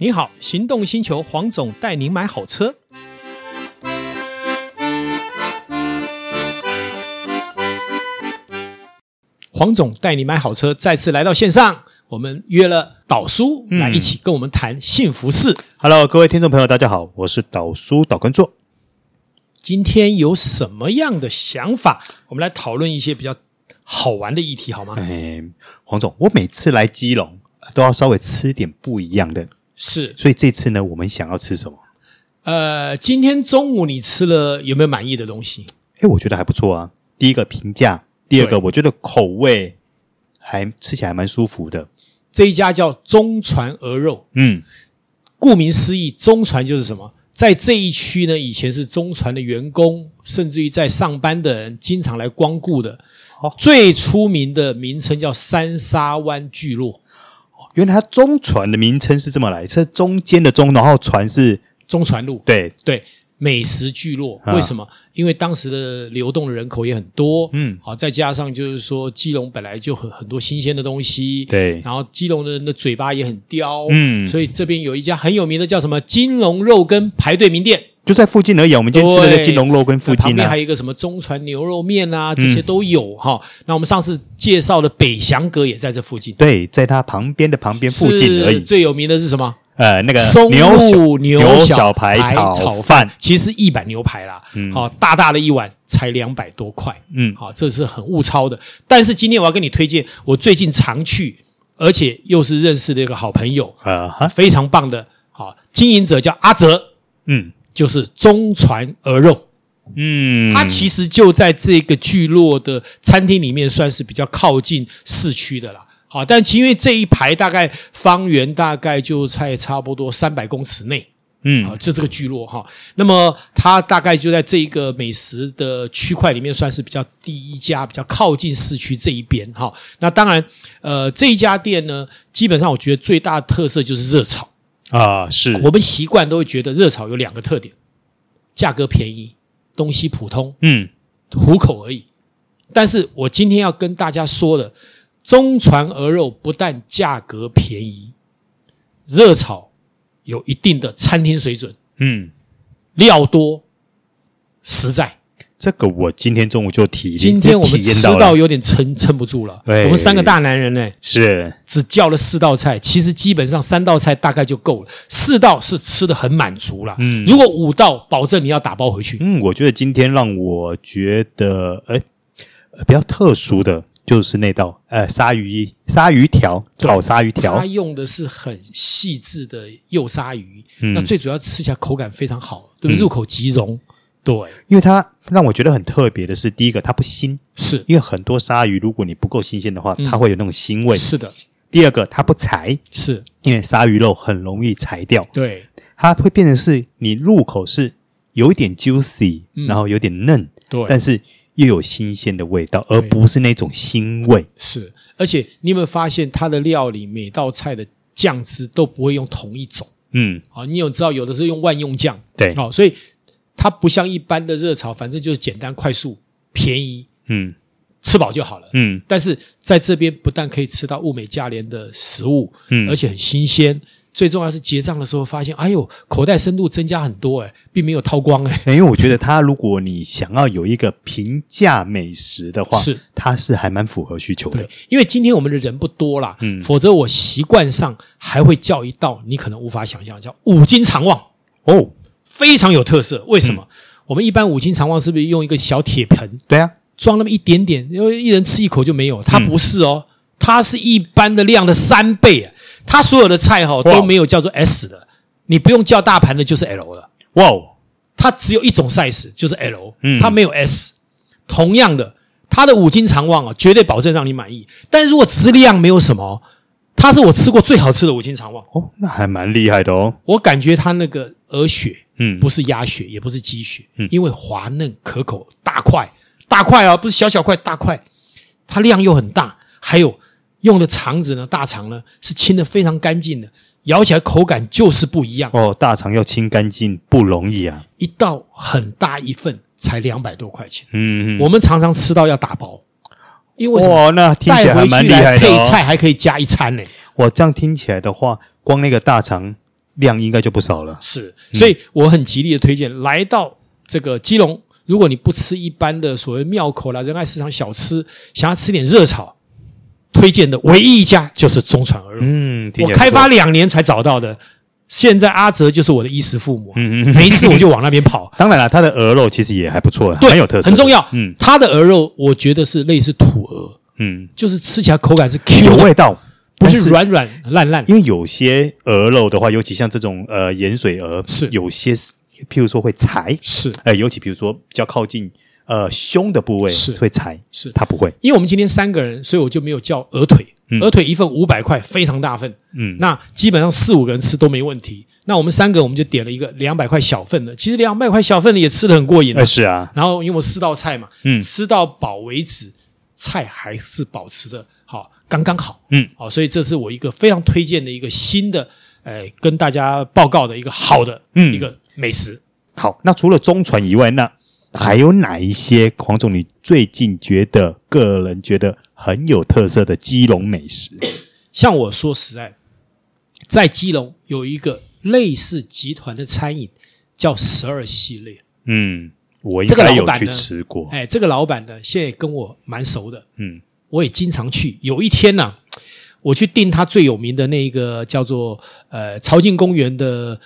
你好，行动星球黄总带您买好车。黄总带你买好车再次来到线上，我们约了导叔来一起跟我们谈幸福事。 Hello， 各位听众朋友，大家好，我是导叔导根座。 今天有什么样的想法？我们来讨论一些比较好玩的议题，好吗？ 黄总，我每次来基隆都要稍微吃点不一样的， 是， 所以这次呢，我们想要吃什么？ 今天中午你吃了有没有满意的东西？ 我觉得还不错啊。第一个评价，第二个我觉得口味还吃起来还蛮舒服的。 这一家叫中传鹅肉，顾名思义，中传就是什么？在这一区呢，以前是中传的员工，甚至于在上班的人经常来光顾的。最出名的名称叫三沙湾聚落。 原来它中传的名称是这么来，是中间的中，然后传是中传路。 对， 美食聚落。为什么？因为当时的流动的人口也很多，再加上就是说基隆本来就很多新鲜的东西， 对， 然后基隆的人的嘴巴也很刁，所以这边有一家很有名的叫什么金龙肉羹排队名店， 就在附近而已。我们今天吃的是金龙肉羹附近， 旁边还有一个什么中传牛肉面啊，这些都有哈。那我们上次介绍的北翔阁也在这附近， 对，在它旁边附近而已。 最有名的是什么？ 那个松露牛小排炒饭， 其实一板牛排啦，大大的一碗才200多块，这是很物超的。但是今天我要跟你推荐，我最近常去，而且又是认识的一个好朋友，非常棒的，经营者叫阿哲，就是中传鹅肉，他其实就在这个聚落的餐厅里面，算是比较靠近市区的啦。好，但因为这一排大概方圆大概就在差不多300公尺内，就这个聚落哈。那么它大概就在这一个美食的区块里面，算是比较第一家，比较靠近市区这一边哈。那当然，这一家店呢，基本上我觉得最大的特色就是热炒啊，是我们习惯都会觉得热炒有2个特点：价格便宜，东西普通，糊口而已。但是我今天要跟大家说的。中传鹅肉不但价格便宜，热炒有一定的餐厅水准，料多实在。 这个我今天中午就体验到了。 今天我们吃到有点撑不住了。我们3个大男人呢， 是只叫了4道菜，其实基本上3道菜大概就够了，4道是吃得很满足了。如果5道，保证你要打包回去。 我觉得今天让我觉得比较特殊的。就是那道鲨鱼条，炒鲨鱼条， 它用的是很细致的幼鲨鱼，那最主要吃起来口感非常好，对不对？入口即溶。对， 因为它让我觉得很特别的是，第一个它不腥， 是因为很多鲨鱼如果你不够新鲜的话，它会有那种腥味。 是的。 第二个它不柴， 是因为鲨鱼肉很容易柴掉。 对， 它会变成是你入口是有一点 juicy，然后有点嫩， 对， 但是又有新鲜的味道，而不是那种腥味。 是，而且你有没有发现它的料理每道菜的酱汁都不会用同一种？你有知道有的是用万用酱， 对， 所以它不像一般的热炒，反正就是简单快速便宜，吃饱就好了。但是在这边不但可以吃到物美价廉的食物，而且很新鲜。最重要是结账的时候发现，口袋深度增加很多，并没有掏光。 因为我觉得它如果你想要有一个平价美食的话，它是还蛮符合需求的。 对，因为今天我们的人不多啦，否则我习惯上还会叫一道你可能无法想象，叫五斤肠旺。非常有特色。为什么？我们一般五斤肠旺是不是用一个小铁盆？ 对啊， 装那么一点点，因为一人吃一口就没有。它不是哦，它是一般的量的3倍。它所有的菜都没有叫做 S 的，你不用叫大盘的就是 L 了。它只有一种 size 就是 L，它没有 S。同样的，它的五斤肠旺绝对保证让你满意。但如果质量没有什么，它是我吃过最好吃的五斤肠旺。 那还蛮厉害的哦。 我感觉它那个鹅血，不是鸭血，也不是鸡血，因为滑嫩可口，大块不是小块，大块，它量又很大，还有。用的肠子呢，大肠呢是清得非常干净的，咬起来口感就是不一样。 大肠要清干净不容易啊， 一道很大一份才200多块钱。我们常常吃到要打包，因为什么？ 那听起来还蛮厉害的。 带回去来配菜还可以加一餐呢。 这样听起来的话，光那个大肠量应该就不少了。 是，所以我很极力的推荐来到这个基隆，如果你不吃一般的所谓庙口啦、仁爱市场小吃，想要吃点热炒，推荐的唯一一家就是中传鹅肉。我开发2年才找到的。现在阿哲就是我的衣食父母，没事我就往那边跑。 当然了，他的鹅肉其实也还不错，很有特色， 很重要。他的鹅肉我觉得是类似土鹅，就是吃起来口感是 Q 有味道， 不是软软烂烂。 因为有些鹅肉的话，尤其像这种盐水鹅， 是有些譬如说会柴， 是尤其比如说比较靠近胸的部位是会柴， 是它不会。 因为我们今天3个人，所以我就没有叫鹅腿。鹅腿一份500块，非常大份。那基本上4-5个人吃都没问题。那我们3个我们就点了一个200块小份的，其实200块小份的也吃得很过瘾。 是啊。 然后因为我4道菜嘛，吃到饱为止，菜还是保持的好，刚刚好。好，所以这是我一个非常推荐的一个新的，跟大家报告的一个好的一个美食。 好，那除了中传以外，那还有哪一些黄总你最近个人觉得很有特色的基隆美食？ 像我说实在，在基隆有一个类似集团的餐饮叫12系列。 我应该有去吃过。 这个老板呢，现在跟我蛮熟的。我也经常去。有一天呢，我去订他最有名的那一个叫做潮境公园的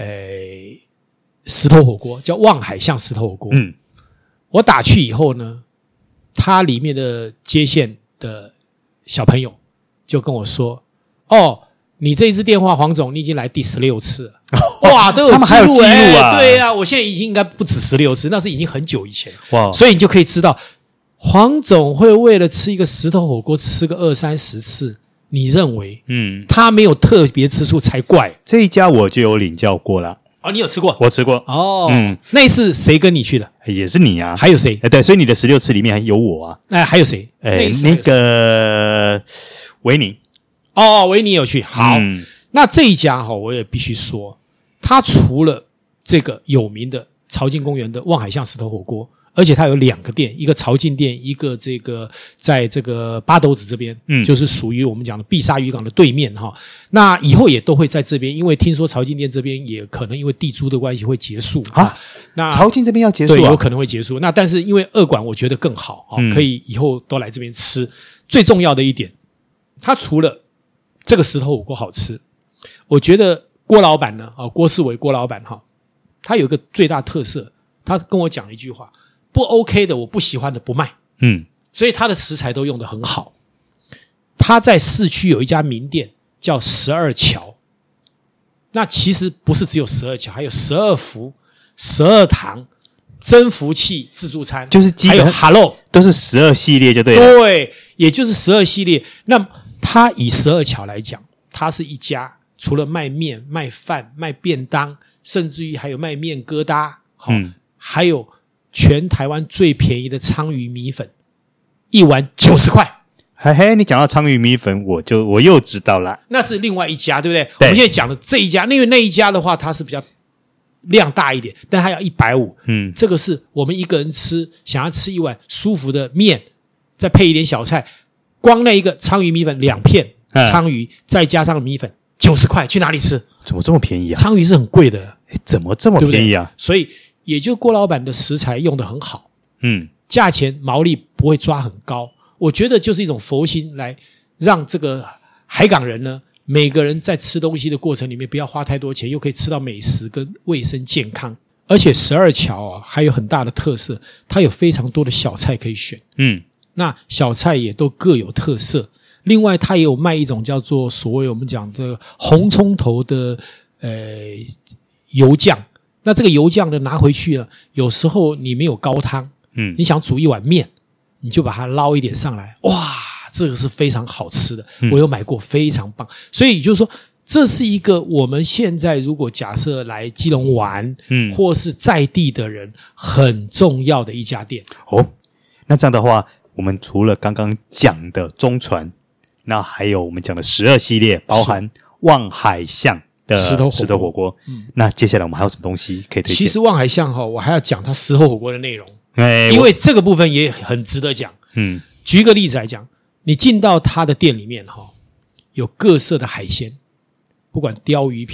石头火锅，叫望海巷石头火锅。我打去以后呢，他里面的接线的小朋友就跟我说：“哦，你这一支电话，黄总，你已经来第16次了。”哇，都有他们还有记录啊！ 对啊，我现在已经应该不止16次，那是已经很久以前。 哇！ 所以你就可以知道，黄总会为了吃一个石头火锅吃个20-30次，你认为他没有特别之处才怪。 这一家我就有领教过了。 哦，你有吃过？ 我吃过。 那一次谁跟你去的？ 也是你啊。 还有谁？ 对，所以你的16次里面还有我啊。 还有谁？ 那个维尼。 维尼有去。好，那这一家我也必须说，他除了这个有名的潮境公园的望海巷石头火锅，而且它有2个店，一个潮境店，一个这个在这个八斗子这边，就是属于我们讲的碧沙渔港的对面哈。那以后也都会在这边，因为听说潮境店这边也可能因为地租的关系会结束啊。那潮境这边要结束对，有可能会结束。那但是因为二馆我觉得更好可以以后都来这边吃。最重要的一点，它除了这个石头火锅好吃，我觉得郭老板呢，郭世伟郭老板他有一个最大特色，他跟我讲了一句话。不 OK 的，我不喜欢的不卖。所以他的食材都用得很好。他在市区有一家名店叫12桥，那其实不是只有12桥，还有12福、12堂、真福气自助餐， 就是基本还有 Hello， 都是12系列就对了。 对，也就是12系列。那他以12桥来讲，他是一家除了卖面、卖饭、卖便当，甚至于还有卖面疙瘩，还有全台湾最便宜的鲳鱼米粉，1碗90块。 嘿嘿，你讲到鲳鱼米粉，我又知道了， 那是另外一家，对不对？我们现在讲的这一家，因为那一家的话，它是比较量大一点，但它要150。这个是我们一个人吃，想要吃一碗舒服的面，再配一点小菜，光那一个鲳鱼米粉2片鲳鱼，再加上米粉90块，去哪里吃？ 怎么这么便宜啊？ 鲳鱼是很贵的， 怎么这么便宜啊？ 对不对？所以也就郭老板的食材用得很好，价钱毛利不会抓很高。我觉得就是一种佛心，来让这个海港人呢，每个人在吃东西的过程里面不要花太多钱，又可以吃到美食跟卫生健康。而且12桥还有很大的特色，它有非常多的小菜可以选。那小菜也都各有特色。另外它也有卖一种叫做所谓我们讲的红葱头的油酱。那这个油酱呢拿回去了，有时候你没有高汤，你想煮一碗面，你就把它捞一点上来，哇，这个是非常好吃的。我有买过，非常棒。所以就是说，这是一个我们现在如果假设来基隆玩，或是在地的人很重要的一家店。 那这样的话，我们除了刚刚讲的中传，那还有我们讲的12系列，包含望海巷的石头火锅。那接下来我们还有什么东西可以推荐？ 其实望海巷我还要讲它石头火锅的内容，因为这个部分也很值得讲。举一个例子来讲，你进到他的店里面有各色的海鲜，不管鲷鱼片、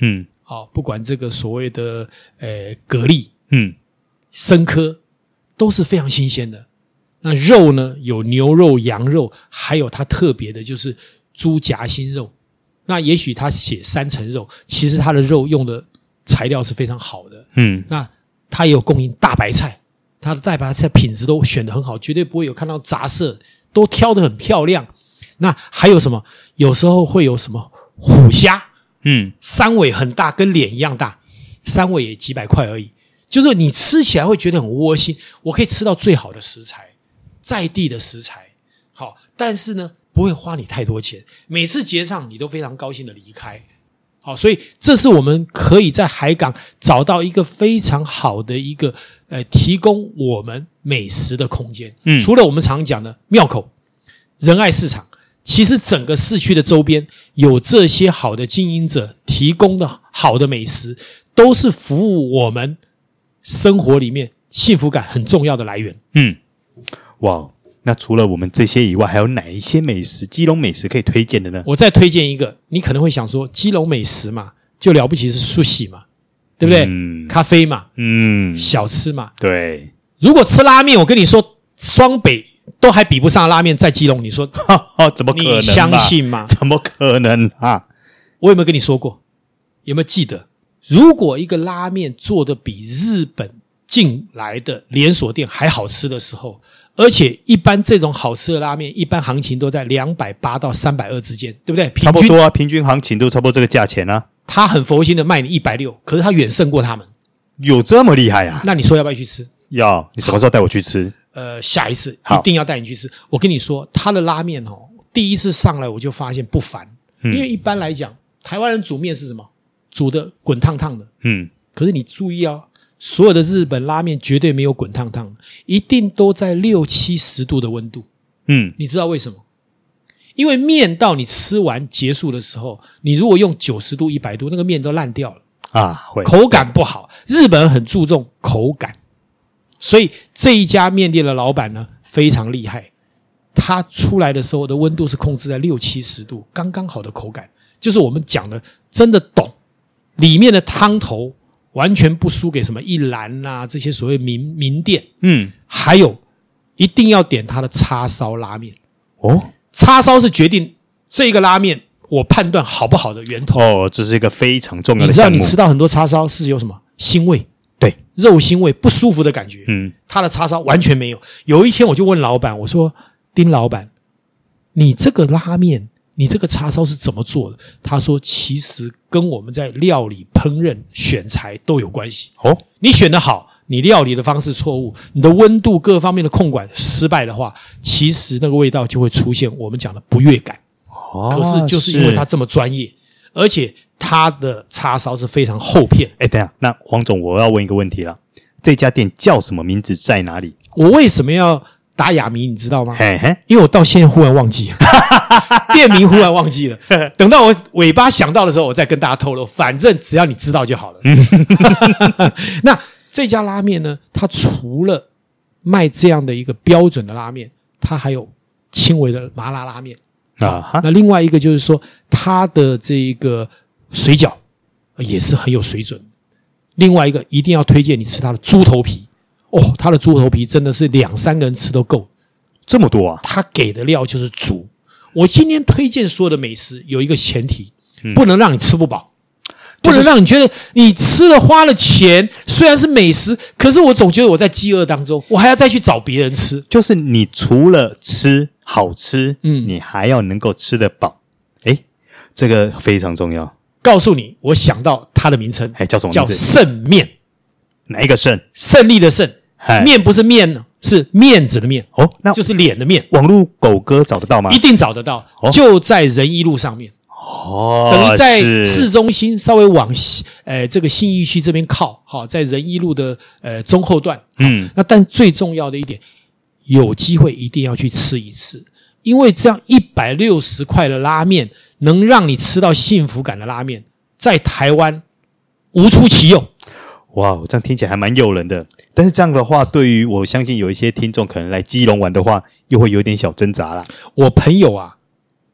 不管这个所谓的蛤蜊，生科都是非常新鲜的。那肉呢，有牛肉、羊肉，还有它特别的就是猪夹心肉。那也许他写3层肉，其实它的肉用的材料是非常好的。那它也有供应大白菜，它的大白菜品质都选得很好，绝对不会有看到杂色，都挑得很漂亮。那还有什么？有时候会有什么虎虾，三尾很大，跟脸一样大，三尾也几百块而已。就是你吃起来会觉得很窝心，我可以吃到最好的食材，在地的食材，好，但是呢，不会花你太多钱，每次结账你都非常高兴的离开。好，所以这是我们可以在海港找到一个非常好的一个提供我们美食的空间。除了我们常讲的庙口、仁爱市场，其实整个市区的周边有这些好的经营者提供的好的美食，都是服务我们生活里面幸福感很重要的来源。 哇，那除了我们这些以外，还有哪一些美食，基隆美食可以推荐的呢？ 我再推荐一个，你可能会想说，基隆美食嘛，就了不起是sushi嘛，对不对？咖啡嘛，小吃嘛。 对。 如果吃拉面，我跟你说，双北都还比不上拉面，在基隆，你说怎么可能？ 你相信吗？ 怎么可能啊？ 我有没有跟你说过？有没有记得？如果一个拉面做的比日本进来的连锁店还好吃的时候，而且一般这种好吃的拉面，一般行情都在280到320之间，对不对？ 差不多啊，平均行情都差不多这个价钱啊。 他很佛心的卖你160，可是他远胜过他们。 有这么厉害啊？ 那你说要不要去吃？ 要。你什么时候带我去吃？ 下一次一定要带你去吃。我跟你说，他的拉面第一次上来我就发现不凡，因为一般来讲，台湾人煮面是什么？煮的滚烫烫的。可是你注意啊，所有的日本拉面绝对没有滚烫烫，一定都在60-70度的温度。你知道为什么？因为面到你吃完结束的时候，你如果用90度、100度，那个面都烂掉了啊，会口感不好。日本人很注重口感，所以这一家面店的老板呢非常厉害，他出来的时候的温度是控制在60-70度，刚刚好的口感，就是我们讲的真的懂。里面的汤头完全不输给什么一兰啊这些所谓名店。还有一定要点它的叉烧拉面。叉烧是决定这个拉面我判断好不好的源头。这是一个非常重要的项目。 你知道你吃到很多叉烧是有什么腥味？ 对， 肉腥味，不舒服的感觉。它的叉烧完全没有。有一天我就问老板，我说丁老板，你这个拉面你这个叉烧是怎么做的？他说其实跟我们在料理烹饪选材都有关系。你选得好，你料理的方式错误，你的温度各方面的控管失败的话，其实那个味道就会出现我们讲的不悦感。可是就是因为他这么专业，而且他的叉烧是非常厚片。 等一下，那黄总我要问一个问题了，这家店叫什么名字，在哪里？ 我为什么要打哑谜你知道吗？因为我到现在忽然忘记了店名忽然忘记了，等到我尾巴想到的时候我再跟大家透露，反正只要你知道就好了那这家拉面呢，它除了卖这样的一个标准的拉面，它还有轻微的麻辣拉面那另外一个就是说它的这个水饺也是很有水准。另外一个一定要推荐你吃它的猪头皮。它的猪头皮真的是2-3个人吃都够。 这么多啊？ 他给的料就是足。我今天推荐所有的美食有一个前提，不能让你吃不饱，不能让你觉得你吃了花了钱，虽然是美食，可是我总觉得我在饥饿当中，我还要再去找别人吃。 就是你除了吃好吃，你还要能够吃得饱。这个非常重要。 告诉你，我想到它的名称， 叫什么名字？ 叫胜面。 哪一个胜？ 胜利的胜。面不是面呢，是面子的面。 那就是脸的面。 网络狗哥找得到吗？ 一定找得到，就在仁义路上面。等于在市中心稍微往这个信义区这边靠，在仁义路的中后段。那但最重要的一点，有机会一定要去吃一次，因为这样160块的拉面能让你吃到幸福感的拉面，在台湾无出其右。 哇，这样听起来还蛮诱人的。但是这样的话，对于我相信有一些听众可能来基隆玩的话，又会有点小挣扎啦。 我朋友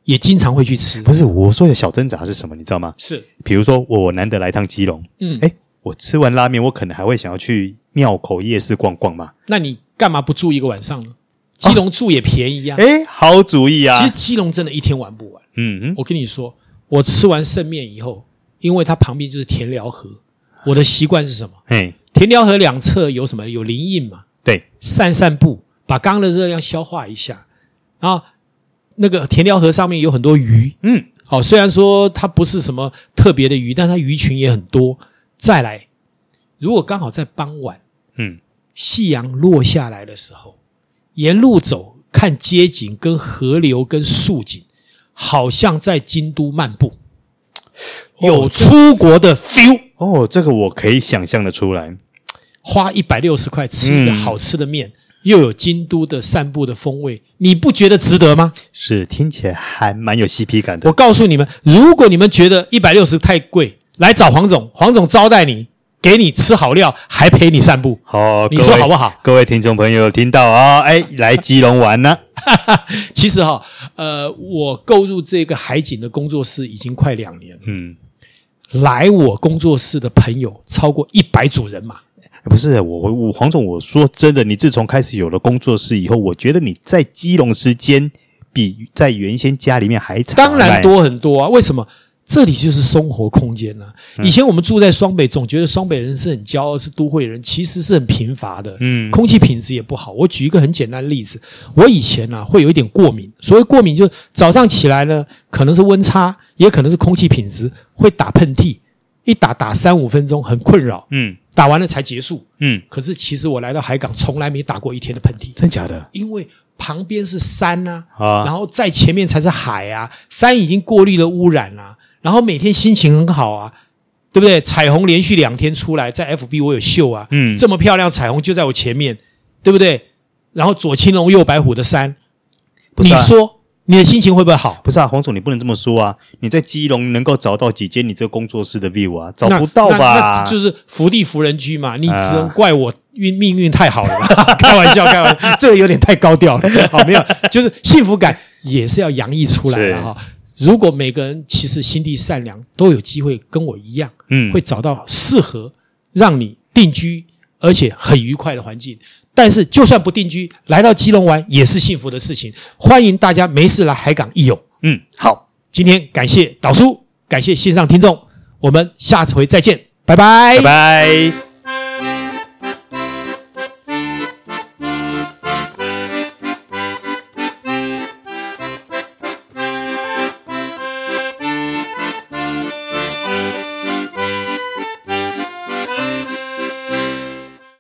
也经常会去吃。 不是我说的小挣扎是什么，你知道吗？ 是， 比如说我难得来趟基隆，我吃完拉面，我可能还会想要去庙口夜市逛逛嘛。 那你干嘛不住一个晚上呢？基隆住也便宜啊。 好主意啊。 其实基隆真的一天玩不完。我跟你说，我吃完盛面以后，因为它旁边就是田寮河，我的习惯是什么？田寮河两侧有什么？有林荫嘛。 对， 散步，把刚刚的热量消化一下。然后那个田寮河上面有很多鱼。虽然说它不是什么特别的鱼，但它鱼群也很多。再来，如果刚好在傍晚，夕阳落下来的时候，沿路走，看街景跟河流跟树景，好像在京都漫步，有出国的 feel。 这个我可以想象的出来。 花160块吃一个好吃的面，又有京都的散步的风味，你不觉得值得吗？ 是，听起来还蛮有 CP 感的。 我告诉你们，如果你们觉得160太贵，来找黄总，黄总招待你，给你吃好料，还陪你散步。你说好不好？ 各位听众朋友有听到啊？来基隆玩呢？ 其实我购入这个海景的工作室已经快2年了。来我工作室的朋友超过100组人马。 不是我黄总，我说真的，你自从开始有了工作室以后，我觉得你在基隆时间比在原先家里面还长。 当然多很多啊！为什么？这里就是生活空间啊。以前我们住在双北，总觉得双北人是很骄傲，是都会人，其实是很贫乏的。空气品质也不好。我举一个很简单的例子，我以前会有一点过敏。所谓过敏，就是早上起来呢，可能是温差，也可能是空气品质，会打喷嚏，一打3-5分钟，很困扰。打完了才结束。可是其实我来到海港，从来没打过一天的喷嚏。 真假的？ 因为旁边是山然后在前面才是海啊，山已经过滤了污染然后每天心情很好对不对？彩虹连续2天出来，在 FB 我有秀这么漂亮彩虹就在我前面，对不对？然后左青龙右白虎的山，你说你的心情会不会好？ 不是黄总，你不能这么说啊！你在基隆能够找到几间你这个工作室的 view 找不到吧？ 那就是福地福人居嘛，你只能怪我命运太好了。开玩笑，这个有点太高调了。没有，就是幸福感也是要洋溢出来的如果每个人其实心地善良，都有机会跟我一样，会找到适合让你定居而且很愉快的环境。但是就算不定居，来到基隆玩也是幸福的事情。欢迎大家没事来海港一游。好，今天感谢导叔，感谢线上听众，我们下回再见，拜拜， 拜拜。